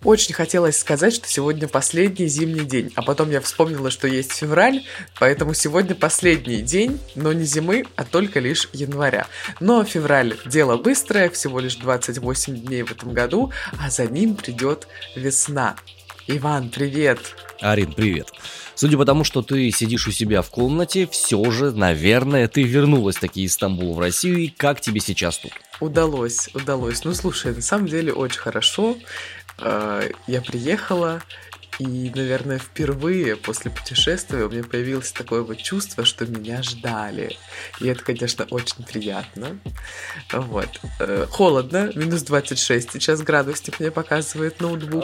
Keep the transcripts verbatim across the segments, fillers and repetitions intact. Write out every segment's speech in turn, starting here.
Очень хотелось сказать, что сегодня последний зимний день, а потом я вспомнила, что есть февраль, поэтому сегодня последний день, но не зимы, а только лишь января. Но февраль – дело быстрое, всего лишь двадцать восемь дней в этом году, а за ним придет весна. Иван, привет! Арин, привет. Судя по тому, что ты сидишь у себя в комнате, все же, наверное, ты вернулась таки из Стамбула в Россию, и как тебе сейчас тут? Удалось, удалось. Ну, слушай, на самом деле очень хорошо. Я приехала, и, наверное, впервые после путешествия у меня появилось такое вот чувство, что меня ждали. И это, конечно, очень приятно. Вот. Холодно, минус двадцать шесть сейчас градусник мне показывает ноутбук.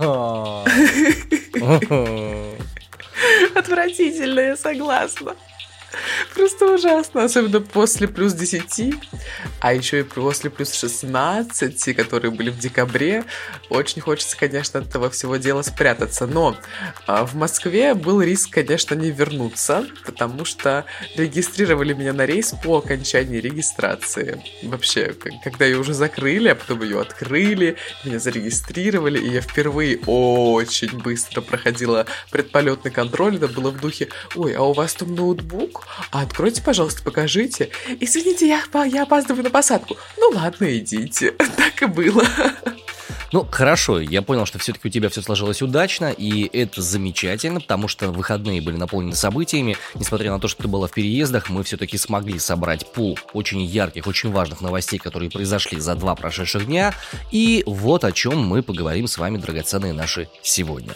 Отвратительно, я согласна. Просто ужасно, особенно после плюс десяти, а еще и после плюс шестнадцати, которые были в декабре. Очень хочется, конечно, от этого всего дела спрятаться. Но а, в Москве был риск, конечно, не вернуться, потому что регистрировали меня на рейс по окончании регистрации. Вообще, когда ее уже закрыли, а потом ее открыли, меня зарегистрировали, и я впервые очень быстро проходила предполетный контроль. Это было в духе: ой, а у вас там ноутбук? А откройте, пожалуйста, покажите. Извините, я, я опаздываю на посадку. Ну ладно, идите. Так и было. Ну, хорошо, я понял, что все-таки у тебя все сложилось удачно, и это замечательно, потому что выходные были наполнены событиями. Несмотря на то, что ты была в переездах, мы все-таки смогли собрать пул очень ярких, очень важных новостей, которые произошли за два прошедших дня. И вот о чем мы поговорим с вами, драгоценные наши, сегодня.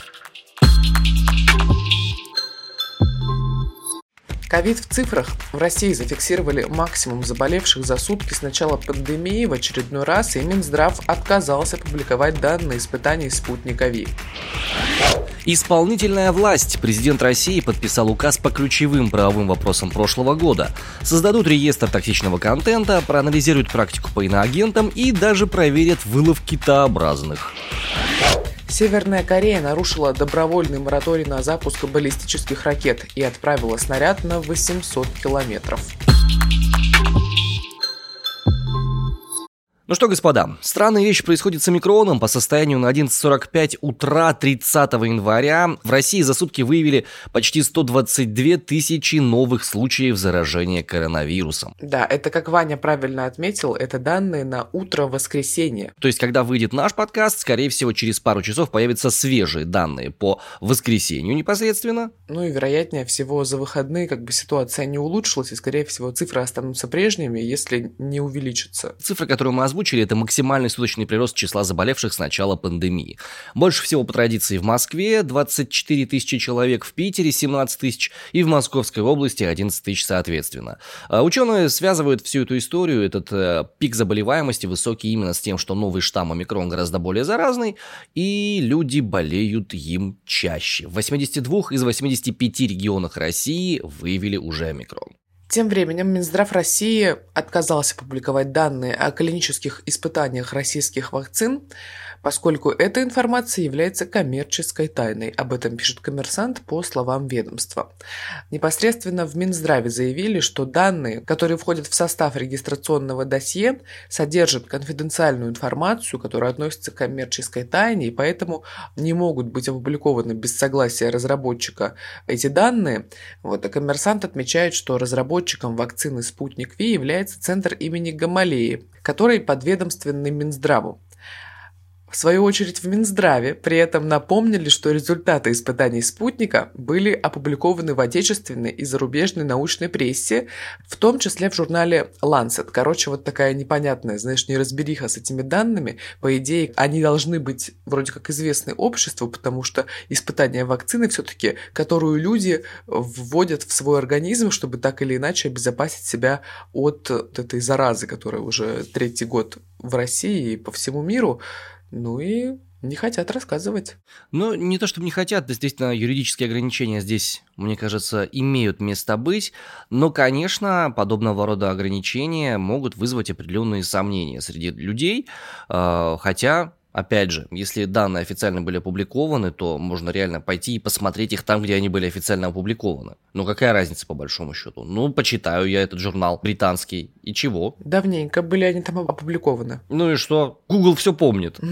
Ковид в цифрах. В России зафиксировали максимум заболевших за сутки с начала пандемии в очередной раз, и Минздрав отказался публиковать данные испытаний спутника Ви. Исполнительная власть. Президент России подписал указ по ключевым правовым вопросам прошлого года. Создадут реестр токсичного контента, проанализируют практику по иноагентам и даже проверят вылов китообразных. Северная Корея нарушила добровольный мораторий на запуск баллистических ракет и отправила снаряд на восемьсот километров. Ну что, господа, странная вещь происходит с омикроном. По состоянию на одиннадцать сорок пять утра тридцатого января в России за сутки выявили почти сто двадцать две тысячи новых случаев заражения коронавирусом. Да, это, как Ваня правильно отметил, это данные на утро воскресенья. То есть, когда выйдет наш подкаст, скорее всего, через пару часов появятся свежие данные по воскресенью непосредственно. Ну и, вероятнее всего, за выходные как бы ситуация не улучшилась, и, скорее всего, цифры останутся прежними, если не увеличатся. Цифры, которые мы озвучили, это максимальный суточный прирост числа заболевших с начала пандемии. Больше всего по традиции в Москве двадцать четыре тысячи человек, в Питере семнадцать тысяч и в Московской области одиннадцать тысяч соответственно. Ученые связывают всю эту историю, этот э, пик заболеваемости высокий именно с тем, что новый штамм омикрон гораздо более заразный, и люди болеют им чаще. В восьмидесяти двух из восьмидесяти пяти регионах России выявили уже омикрон. Тем временем Минздрав России отказался публиковать данные о клинических испытаниях российских вакцин, поскольку эта информация является коммерческой тайной. Об этом пишет «Коммерсант» по словам ведомства. Непосредственно в Минздраве заявили, что данные, которые входят в состав регистрационного досье, содержат конфиденциальную информацию, которая относится к коммерческой тайне, и поэтому не могут быть опубликованы без согласия разработчика эти данные. Вот, а «Коммерсант» отмечает, что разработчиком вакцины «Спутник Ви» является центр имени Гамалеи, который подведомственный Минздраву. В свою очередь в Минздраве при этом напомнили, что результаты испытаний спутника были опубликованы в отечественной и зарубежной научной прессе, в том числе в журнале Lancet. Короче, вот такая непонятная, знаешь, неразбериха с этими данными. По идее, они должны быть вроде как известны обществу, потому что испытания вакцины все-таки, которую люди вводят в свой организм, чтобы так или иначе обезопасить себя от этой заразы, которая уже третий год в России и по всему миру. Ну и не хотят рассказывать. Ну, не то чтобы не хотят, действительно, юридические ограничения здесь, мне кажется, имеют место быть, но, конечно, подобного рода ограничения могут вызвать определенные сомнения среди людей, хотя... Опять же, если данные официально были опубликованы, то можно реально пойти и посмотреть их там, где они были официально опубликованы. Ну, какая разница по большому счету? Ну, почитаю я этот журнал британский. И чего? Давненько были они там опубликованы. Ну и что? Google все помнит.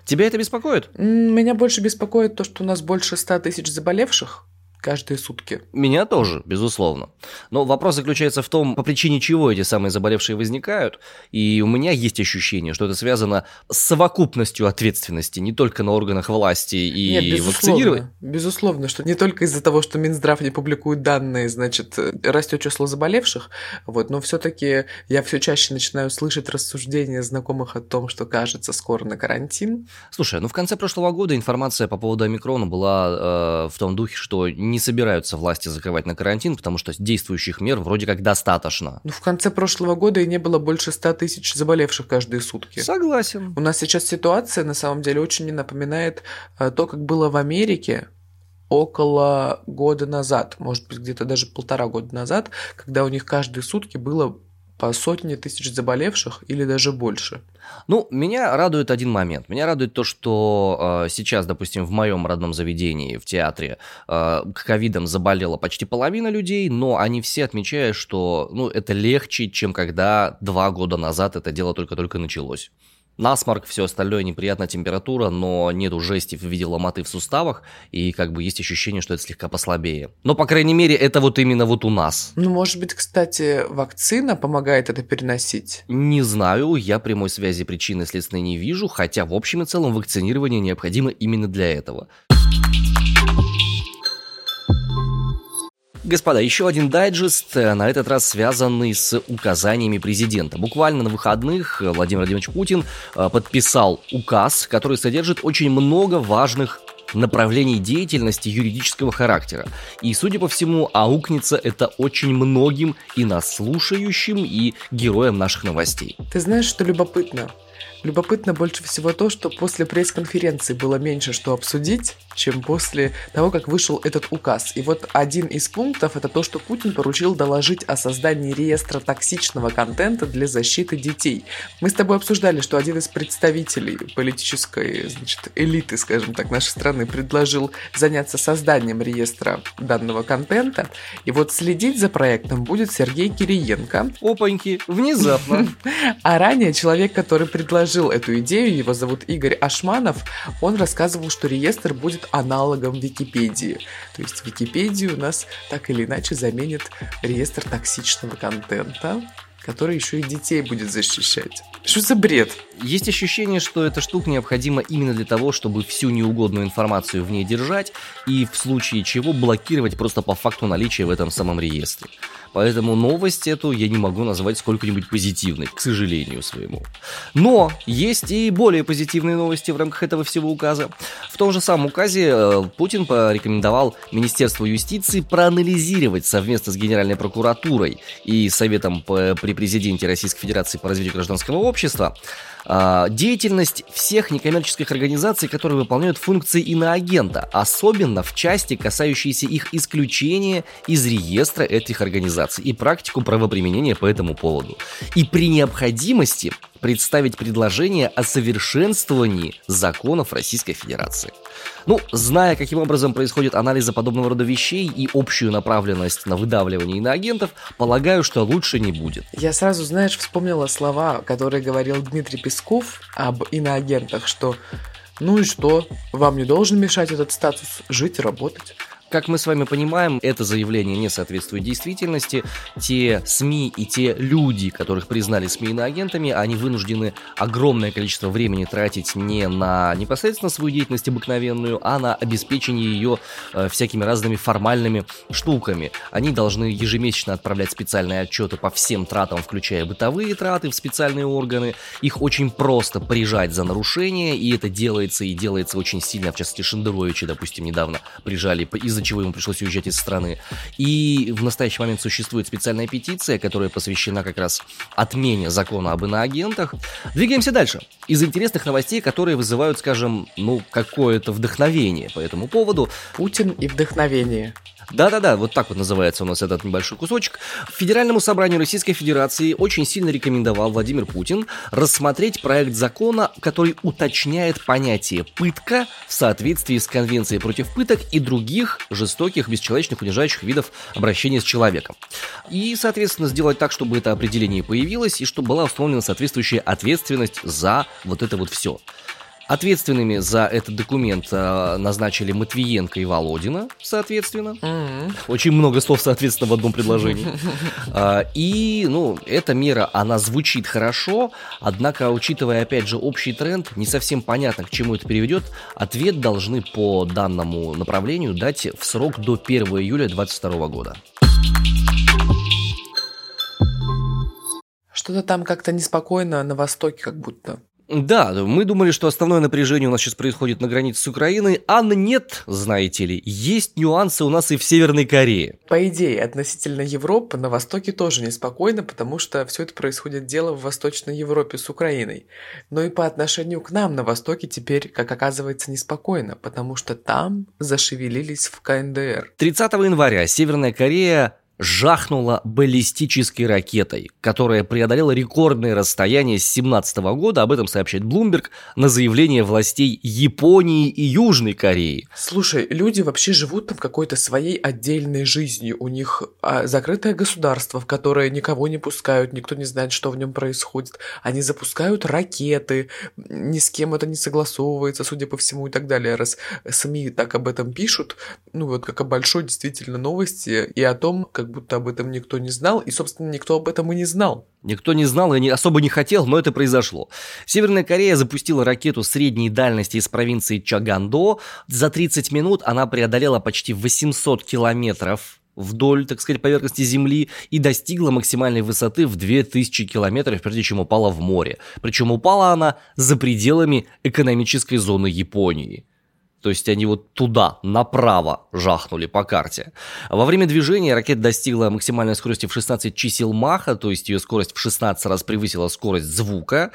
Тебя это беспокоит? Меня больше беспокоит то, что у нас больше ста тысяч заболевших каждые сутки. Меня тоже, безусловно. Но вопрос заключается в том, по причине чего эти самые заболевшие возникают. И у меня есть ощущение, что это связано с совокупностью ответственности не только на органах власти и Нет, безусловно, вакцинирования. Безусловно, что не только из-за того, что Минздрав не публикует данные, значит, растет число заболевших, вот, но все-таки я все чаще начинаю слышать рассуждения знакомых о том, что, кажется, скоро на карантин. Слушай, ну в конце прошлого года информация по поводу омикрона была э, в том духе, что не собираются власти закрывать на карантин, потому что действующих мер вроде как достаточно. Ну, в конце прошлого года и не было больше ста тысяч заболевших каждые сутки. Согласен. У нас сейчас ситуация, на самом деле, очень напоминает а, то, как было в Америке около года назад, может быть, где-то даже полтора года назад, когда у них каждые сутки было по сотне тысяч заболевших или даже больше. Ну, меня радует один момент. Меня радует то, что э, сейчас, допустим, в моем родном заведении, в театре, э, ковидом заболела почти половина людей, но они все отмечают, что ну, это легче, чем когда два года назад это дело только-только началось. Насморк, все остальное, неприятная температура, но нету жести в виде ломоты в суставах, и как бы есть ощущение, что это слегка послабее. Но, по крайней мере, это вот именно вот у нас. Ну, может быть, кстати, вакцина помогает это переносить? Не знаю, я прямой связи причины следственной не вижу, хотя в общем и целом вакцинирование необходимо именно для этого. Господа, еще один дайджест, на этот раз связанный с указаниями президента. Буквально на выходных Владимир Владимирович Путин подписал указ, который содержит очень много важных направлений деятельности юридического характера. И, судя по всему, аукнется это очень многим и нас слушающим, и героям наших новостей. Ты знаешь, что любопытно? Любопытно больше всего то, что после пресс-конференции было меньше что обсудить, чем после того, как вышел этот указ. И вот один из пунктов – это то, что Путин поручил доложить о создании реестра токсичного контента для защиты детей. Мы с тобой обсуждали, что один из представителей политической, значит, элиты, скажем так, нашей страны предложил заняться созданием реестра данного контента. И вот следить за проектом будет Сергей Кириенко. Опаньки, внезапно. А ранее человек, который предложил эту идею, его зовут Игорь Ашманов, он рассказывал, что реестр будет аналогом Википедии. То есть Википедию у нас так или иначе заменит реестр токсичного контента, который еще и детей будет защищать. Что за бред? Есть ощущение, что эта штука необходима именно для того, чтобы всю неугодную информацию в ней держать и в случае чего блокировать просто по факту наличия в этом самом реестре. Поэтому новость эту я не могу назвать сколько-нибудь позитивной, к сожалению своему. Но есть и более позитивные новости в рамках этого всего указа. В том же самом указе Путин порекомендовал Министерству юстиции проанализировать совместно с Генеральной прокуратурой и Советом при президенте Российской Федерации по развитию гражданского общества деятельность всех некоммерческих организаций, которые выполняют функции иноагента, особенно в части, касающейся их исключения из реестра этих организаций и практику правоприменения по этому поводу. И при необходимости представить предложение о совершенствовании законов Российской Федерации. Ну, зная, каким образом происходит анализ подобного рода вещей и общую направленность на выдавливание иноагентов, полагаю, что лучше не будет. Я сразу, знаешь, вспомнила слова, которые говорил Дмитрий Песков об иноагентах, что ну и что, вам не должен мешать этот статус жить и работать. Как мы с вами понимаем, это заявление не соответствует действительности. Те СМИ и те люди, которых признали СМИ иноагентами, они вынуждены огромное количество времени тратить не на непосредственно свою деятельность обыкновенную, а на обеспечение ее э, всякими разными формальными штуками. Они должны ежемесячно отправлять специальные отчеты по всем тратам, включая бытовые траты в специальные органы. Их очень просто прижать за нарушение, и это делается и делается очень сильно. В частности, Шендеровича, допустим, недавно прижали из из-за чего ему пришлось уезжать из страны. И в настоящий момент существует специальная петиция, которая посвящена как раз отмене закона об иноагентах. Двигаемся дальше. Из интересных новостей, которые вызывают, скажем, ну, какое-то вдохновение по этому поводу. Путин и вдохновение. Да-да-да, вот так вот называется у нас этот небольшой кусочек. Федеральному собранию Российской Федерации очень сильно рекомендовал Владимир Путин рассмотреть проект закона, который уточняет понятие «пытка» в соответствии с Конвенцией против пыток и других жестоких, бесчеловечных, унижающих видов обращения с человеком. И, соответственно, сделать так, чтобы это определение появилось и чтобы была установлена соответствующая ответственность за вот это вот все. Ответственными за этот документ э, назначили Матвиенко и Володина, соответственно. Mm-hmm. Очень много слов, соответственно, в одном предложении. И, ну, эта мера, она звучит хорошо, однако, учитывая, опять же, общий тренд, не совсем понятно, к чему это приведет. Ответ должны по данному направлению дать в срок до первого июля двадцать второго года. Что-то там как-то неспокойно на востоке как будто. Да, мы думали, что основное напряжение у нас сейчас происходит на границе с Украиной, а нет, знаете ли, есть нюансы у нас и в Северной Корее. По идее, относительно Европы на Востоке тоже неспокойно, потому что все это происходит дело в Восточной Европе с Украиной. Но и по отношению к нам на Востоке теперь, как оказывается, неспокойно, потому что там зашевелились в ка эн дэ эр. тридцатого января Северная Корея жахнула баллистической ракетой, которая преодолела рекордное расстояние с семнадцатого года, об этом сообщает Bloomberg, на заявление властей Японии и Южной Кореи. Слушай, люди вообще живут там какой-то своей отдельной жизнью, у них а, закрытое государство, в которое никого не пускают, никто не знает, что в нем происходит, они запускают ракеты, ни с кем это не согласовывается, судя по всему, и так далее, раз СМИ так об этом пишут, ну вот как о большой действительно новости и о том, как будто об этом никто не знал, и, собственно, никто об этом и не знал. Никто не знал и не, особо не хотел, но это произошло. Северная Корея запустила ракету средней дальности из провинции Чагандо. За тридцать минут она преодолела почти восемьсот километров вдоль, так сказать, поверхности Земли и достигла максимальной высоты в две тысячи километров, прежде чем упала в море. Причем упала она за пределами экономической зоны Японии. То есть они вот туда, направо жахнули по карте. Во время движения ракета достигла максимальной скорости в шестнадцать чисел Маха, то есть ее скорость в шестнадцать раз превысила скорость звука.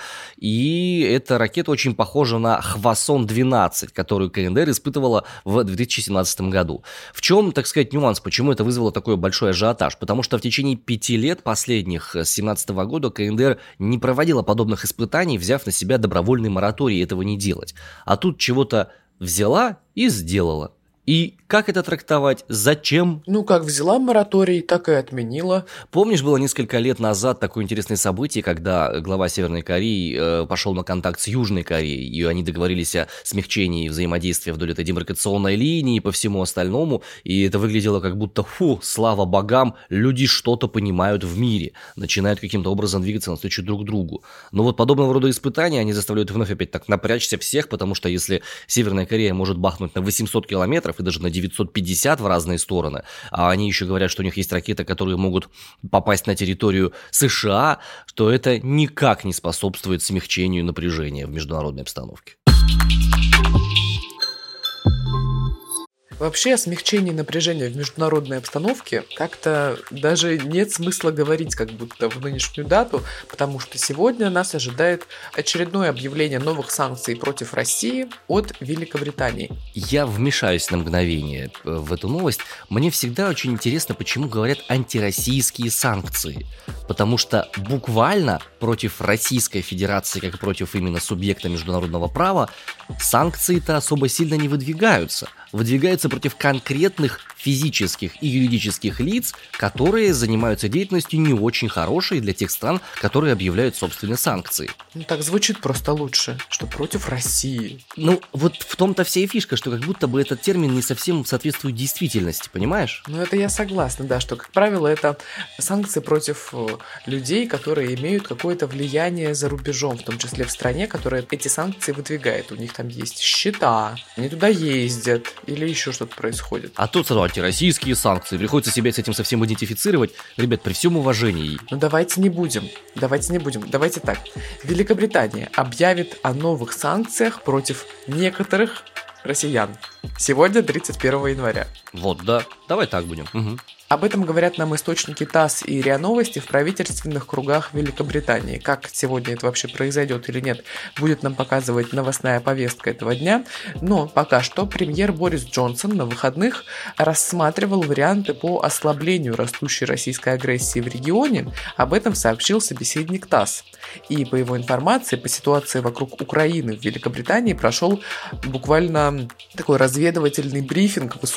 И эта ракета очень похожа на Хвасон двенадцать, которую ка эн дэ эр испытывала в две тысячи семнадцатом году. В чем, так сказать, нюанс, почему это вызвало такой большой ажиотаж? Потому что в течение пяти лет последних, с две тысячи семнадцатого года, ка эн дэ эр не проводила подобных испытаний, взяв на себя добровольный мораторий этого не делать. А тут чего-то взяла и сделала. И как это трактовать? Зачем? Ну, как взяла мораторий, так и отменила. Помнишь, было несколько лет назад такое интересное событие, когда глава Северной Кореи э, пошел на контакт с Южной Кореей, и они договорились о смягчении взаимодействия вдоль этой демаркационной линии и по всему остальному, и это выглядело как будто, фу, слава богам, люди что-то понимают в мире, начинают каким-то образом двигаться навстречу друг другу. Но вот подобного рода испытания, они заставляют вновь опять так напрячься всех, потому что если Северная Корея может бахнуть на восемьсот километров и даже на девятьсот пятьдесят в разные стороны, а они еще говорят, что у них есть ракеты, которые могут попасть на территорию США, что это никак не способствует смягчению напряжения в международной обстановке. Вообще о смягчении напряжения в международной обстановке как-то даже нет смысла говорить как будто в нынешнюю дату, потому что сегодня нас ожидает очередное объявление новых санкций против России от Великобритании. Я вмешаюсь на мгновение в эту новость. Мне всегда очень интересно, почему говорят антироссийские санкции. Потому что буквально против Российской Федерации, как против именно субъекта международного права, санкции-то особо сильно не выдвигаются. Выдвигаются против конкретных физических и юридических лиц, которые занимаются деятельностью не очень хорошей для тех стран, которые объявляют собственные санкции. Ну так звучит просто лучше, что против России. Ну вот в том-то вся и фишка, что как будто бы этот термин не совсем соответствует действительности, понимаешь? Ну это я согласна, да, что, как правило, это санкции против людей, которые имеют какое-то влияние за рубежом, в том числе в стране, которая эти санкции выдвигает. У них там есть счета, они туда ездят, или еще что-то происходит. А тут сразу антироссийские санкции. Приходится себя с этим совсем идентифицировать. Ребят, при всем уважении. Ну давайте не будем. Давайте не будем. Давайте так. Великобритания объявит о новых санкциях против некоторых россиян. Сегодня тридцать первого января. Вот, да. Давай так будем. Угу. Об этом говорят нам источники ТАСС и РИА Новости в правительственных кругах Великобритании. Как сегодня это вообще произойдет или нет, будет нам показывать новостная повестка этого дня. Но пока что премьер Борис Джонсон на выходных рассматривал варианты по ослаблению растущей российской агрессии в регионе. Об этом сообщил собеседник ТАСС. И по его информации, по ситуации вокруг Украины в Великобритании прошел буквально такой разведывательный брифинг высокого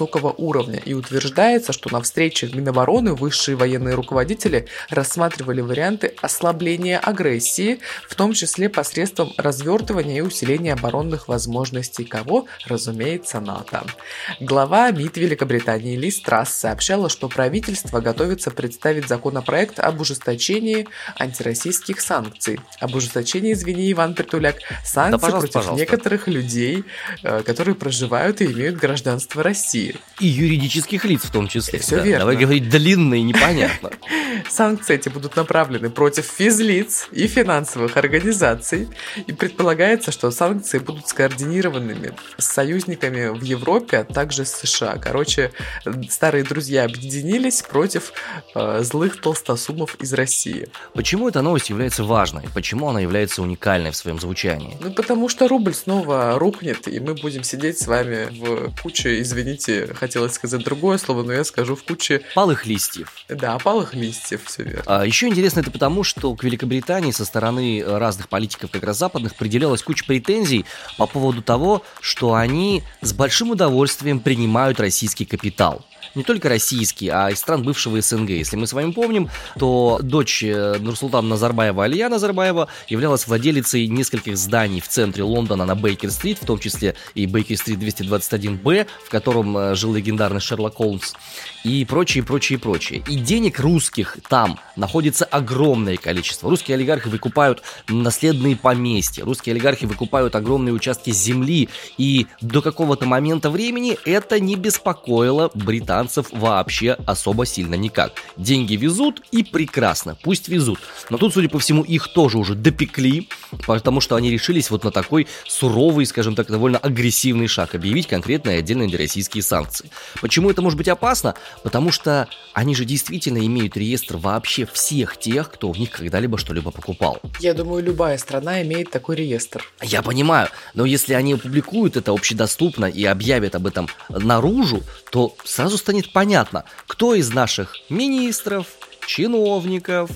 уровня, и утверждается, что на встрече Минобороны высшие военные руководители рассматривали варианты ослабления агрессии, в том числе посредством развертывания и усиления оборонных возможностей кого? Разумеется, НАТО. Глава МИД Великобритании Лиз Трасс сообщала, что правительство готовится представить законопроект об ужесточении антироссийских санкций. Об ужесточении, извини, Иван Притуляк, санкций да, против пожалуйста. некоторых людей, которые проживают и имеют гражданство России. И юридических лиц в том числе. Все да. верно. Давай говорить длинно и непонятно. Санкции эти будут направлены против физлиц и финансовых организаций, и предполагается, что санкции будут скоординированными с союзниками в Европе, а также с США. Короче, старые друзья объединились против э, злых толстосумов из России. Почему эта новость является важной? Почему она является уникальной в своем звучании? Ну, потому что рубль снова рухнет, и мы будем сидеть с вами в куче, извините, хотелось сказать другое слово, но я скажу в куче... Палых листьев. Да, палых листьев, все верно. А, еще интересно это потому, что к Великобритании со стороны разных политиков, как раз западных, предъявлялась куча претензий по поводу того, что они с большим удовольствием принимают российский капитал. Не только российский, а и стран бывшего СНГ. Если мы с вами помним, то дочь Нурсултана Назарбаева, Алия Назарбаева, являлась владелицей нескольких зданий в центре Лондона на Бейкер-стрит, в том числе и Бейкер-стрит двести двадцать один бэ, в котором жил легендарный Шерлок Холмс, и прочее, прочее, прочее. И денег русских там находится огромное количество. Русские олигархи выкупают наследные поместья, русские олигархи выкупают огромные участки земли, и до какого-то момента времени это не беспокоило британцев вообще особо сильно никак. Деньги везут, и прекрасно, пусть везут. Но тут, судя по всему, их тоже уже допекли, потому что они решились вот на такой суровый, скажем так, довольно агрессивный шаг, объявить конкретные отдельные антироссийские санкции. Почему это может быть опасно? Потому что они же действительно имеют реестр вообще всех тех, кто в них когда-либо что-либо покупал. Я думаю, любая страна имеет такой реестр. Я понимаю, но если они опубликуют это общедоступно и объявят об этом наружу, то сразу станет понятно, кто из наших министров, чиновников,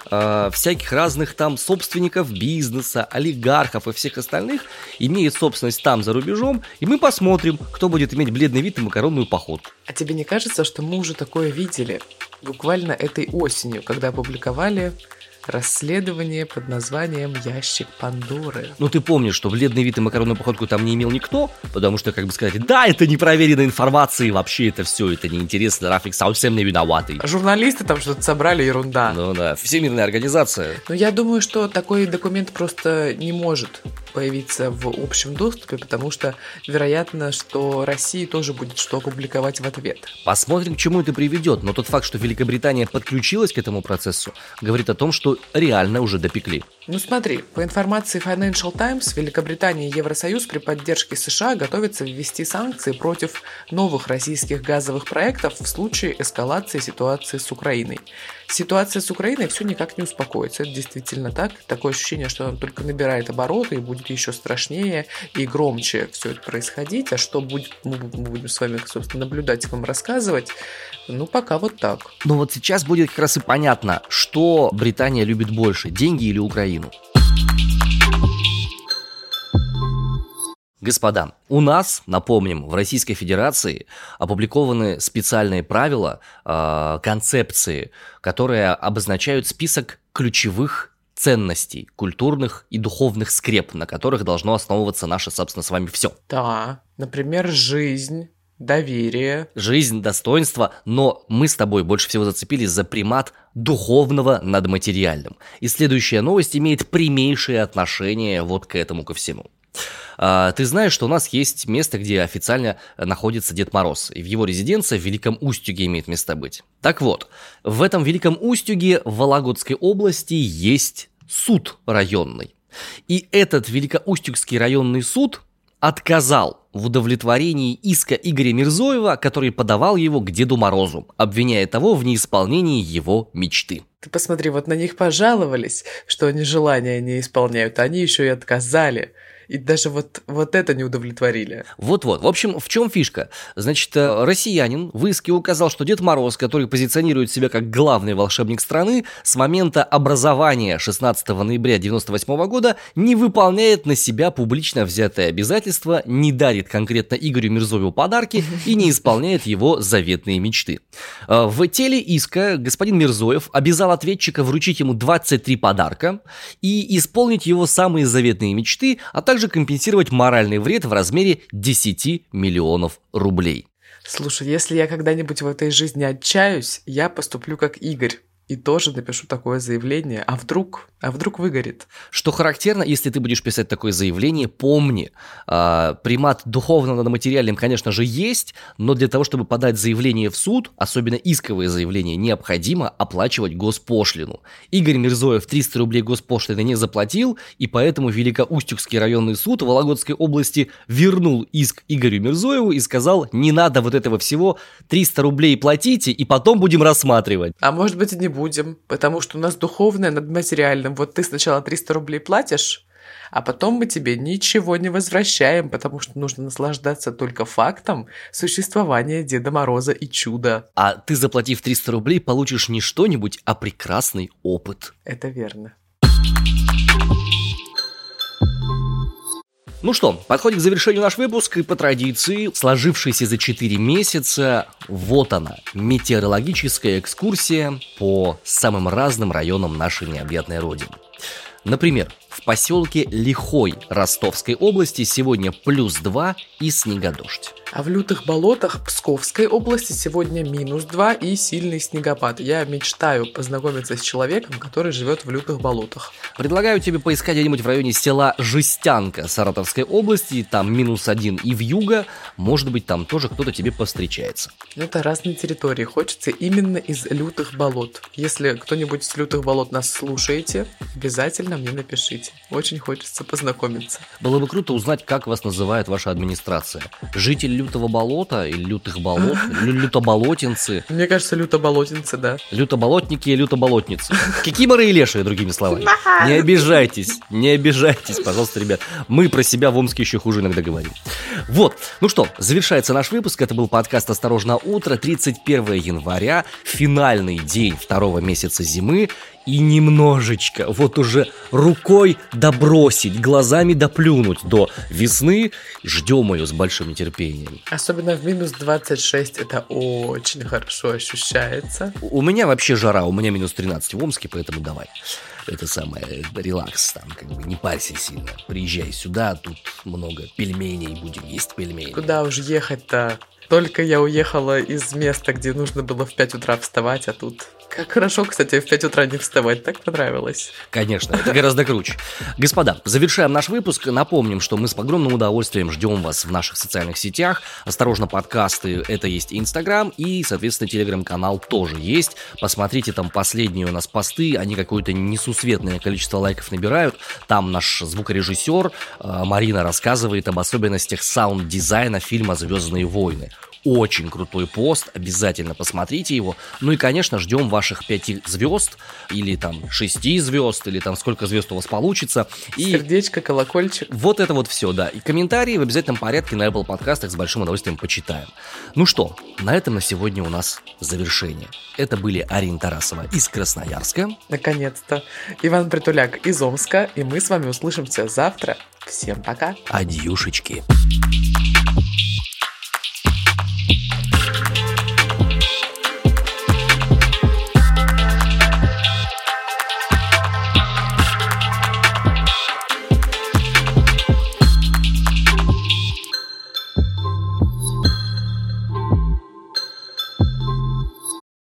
э, всяких разных там собственников бизнеса, олигархов и всех остальных имеет собственность там за рубежом, и мы посмотрим, кто будет иметь бледный вид и макаронную походку. А тебе не кажется, что мы уже такое видели буквально этой осенью, когда опубликовали расследование под названием «Ящик Пандоры»? Ну, ты помнишь, что бледный вид и макаронную походку там не имел никто, потому что, как бы сказать, да, это непроверенная информация, и вообще это все, это неинтересно, Рафик совсем не виноватый. Журналисты там что-то собрали, ерунда. Ну да, всемирная организация. Но я думаю, что такой документ просто не может появиться в общем доступе, потому что, вероятно, что России тоже будет что опубликовать в ответ. Посмотрим, к чему это приведет, но тот факт, что Великобритания подключилась к этому процессу, говорит о том, что реально уже допекли. Ну смотри, по информации Financial Times, Великобритания и Евросоюз при поддержке США готовятся ввести санкции против новых российских газовых проектов в случае эскалации ситуации с Украиной. Ситуация с Украиной все никак не успокоится, это действительно так. Такое ощущение, что она только набирает обороты и будет еще страшнее и громче все это происходить. А что будет, мы будем с вами, собственно, наблюдать и вам рассказывать. Ну, пока вот так. Но вот сейчас будет как раз и понятно, что Британия любит больше, деньги или Украину. Господа, у нас, напомним, в Российской Федерации опубликованы специальные правила, э, концепции, которые обозначают список ключевых ценностей, культурных и духовных скреп, на которых должно основываться наше, собственно, с вами все. Да, например, жизнь, доверие. Жизнь, достоинство, но мы с тобой больше всего зацепились за примат духовного над материальным. И следующая новость имеет прямейшее отношение вот к этому ко всему. Ты знаешь, что у нас есть место, где официально находится Дед Мороз, и в его резиденции в Великом Устюге имеет место быть. Так вот, в этом Великом Устюге в Вологодской области есть суд районный. И этот Великоустюгский районный суд отказал в удовлетворении иска Игоря Мирзоева, который подавал его к Деду Морозу, обвиняя того в неисполнении его мечты. Ты посмотри, вот на них пожаловались, что они желания не исполняют, а они еще и отказали. И даже вот, вот это не удовлетворили. Вот-вот. В общем, в чем фишка? Значит, россиянин в иске указал, что Дед Мороз, который позиционирует себя как главный волшебник страны, с момента образования шестнадцатого ноября девяносто восьмого года не выполняет на себя публично взятые обязательства, не дарит конкретно Игорю Мирзоеву подарки и не исполняет его заветные мечты. В теле иска господин Мирзоев обязал ответчика вручить ему двадцать три подарка и исполнить его самые заветные мечты, а также компенсировать моральный вред в размере десять миллионов рублей. Слушай, если я когда-нибудь в этой жизни отчаюсь, я поступлю как Игорь. И тоже напишу такое заявление. А вдруг? А вдруг выгорит? Что характерно, если ты будешь писать такое заявление, помни, э, примат духовного над материальным, конечно же, есть, но для того, чтобы подать заявление в суд, особенно исковое заявление, необходимо оплачивать госпошлину. Игорь Мирзоев триста рублей госпошлины не заплатил, и поэтому Великоустюгский районный суд Вологодской области вернул иск Игорю Мирзоеву и сказал: не надо вот этого всего, триста рублей платите, и потом будем рассматривать. А может быть и не будем. Будем, потому что у нас духовное над материальным. Вот ты сначала триста рублей платишь, а потом мы тебе ничего не возвращаем, потому что нужно наслаждаться только фактом существования Деда Мороза и чуда. А ты, заплатив триста рублей, получишь не что-нибудь, а прекрасный опыт. Это верно. Ну что, подходит к завершению наш выпуск, и по традиции, сложившаяся за четыре месяца, вот она, метеорологическая экскурсия по самым разным районам нашей необъятной родины. Например, в поселке Лихой Ростовской области сегодня плюс два и снегодождь. А в Лютых Болотах Псковской области сегодня минус два и сильный снегопад. Я мечтаю познакомиться с человеком, который живет в Лютых Болотах. Предлагаю тебе поискать где-нибудь в районе села Жестянка Саратовской области, там минус один и вьюга, может быть, там тоже кто-то тебе повстречается. Это разные территории, хочется именно из Лютых Болот. Если кто-нибудь из Лютых Болот нас слушаете, обязательно мне напишите. Очень хочется познакомиться. Было бы круто узнать, как вас называет ваша администрация. Житель Лютого болота или Лютых болот, лютоболотинцы. Мне кажется, лютоболотинцы, да. Лютоболотники и лютоболотницы. Кикиморы и лешие, другими словами. Не обижайтесь, не обижайтесь, пожалуйста, ребят. Мы про себя в Омске еще хуже иногда говорим. Вот, ну что, завершается наш выпуск. Это был подкаст «Осторожно, утро», тридцать первого января, финальный день второго месяца зимы. И немножечко, вот уже рукой добросить, глазами доплюнуть до весны. Ждем ее с большим нетерпением. Особенно в минус двадцать шесть это очень хорошо ощущается. У меня вообще жара, у меня минус тринадцать в Омске, поэтому давай. Это самое, релакс там, как бы не парься сильно. Приезжай сюда, тут много пельменей, будем есть пельмени. Куда уж ехать-то? Только я уехала из места, где нужно было в пять утра вставать, а тут... Как хорошо, кстати, в пять утра не вставать, так понравилось. Конечно, это гораздо круче. Господа, завершаем наш выпуск. Напомним, что мы с огромным удовольствием ждем вас в наших социальных сетях. Осторожно, подкасты, это есть и Инстаграм, и, соответственно, Телеграм-канал тоже есть. Посмотрите, там последние у нас посты, они какое-то несусветное количество лайков набирают. Там наш звукорежиссер э, Марина рассказывает об особенностях саунд-дизайна фильма «Звездные войны». Очень крутой пост, обязательно посмотрите его. Ну и, конечно, ждем ваших пяти звезд, или там шести звезд, или там сколько звезд у вас получится. И сердечко, колокольчик. Вот это вот все, да. И комментарии в обязательном порядке на Apple подкастах с большим удовольствием почитаем. Ну что, на этом на сегодня у нас завершение. Это были Арина Тарасова из Красноярска. Наконец-то. Иван Притуляк из Омска. И мы с вами услышимся завтра. Всем пока. Адьюшечки.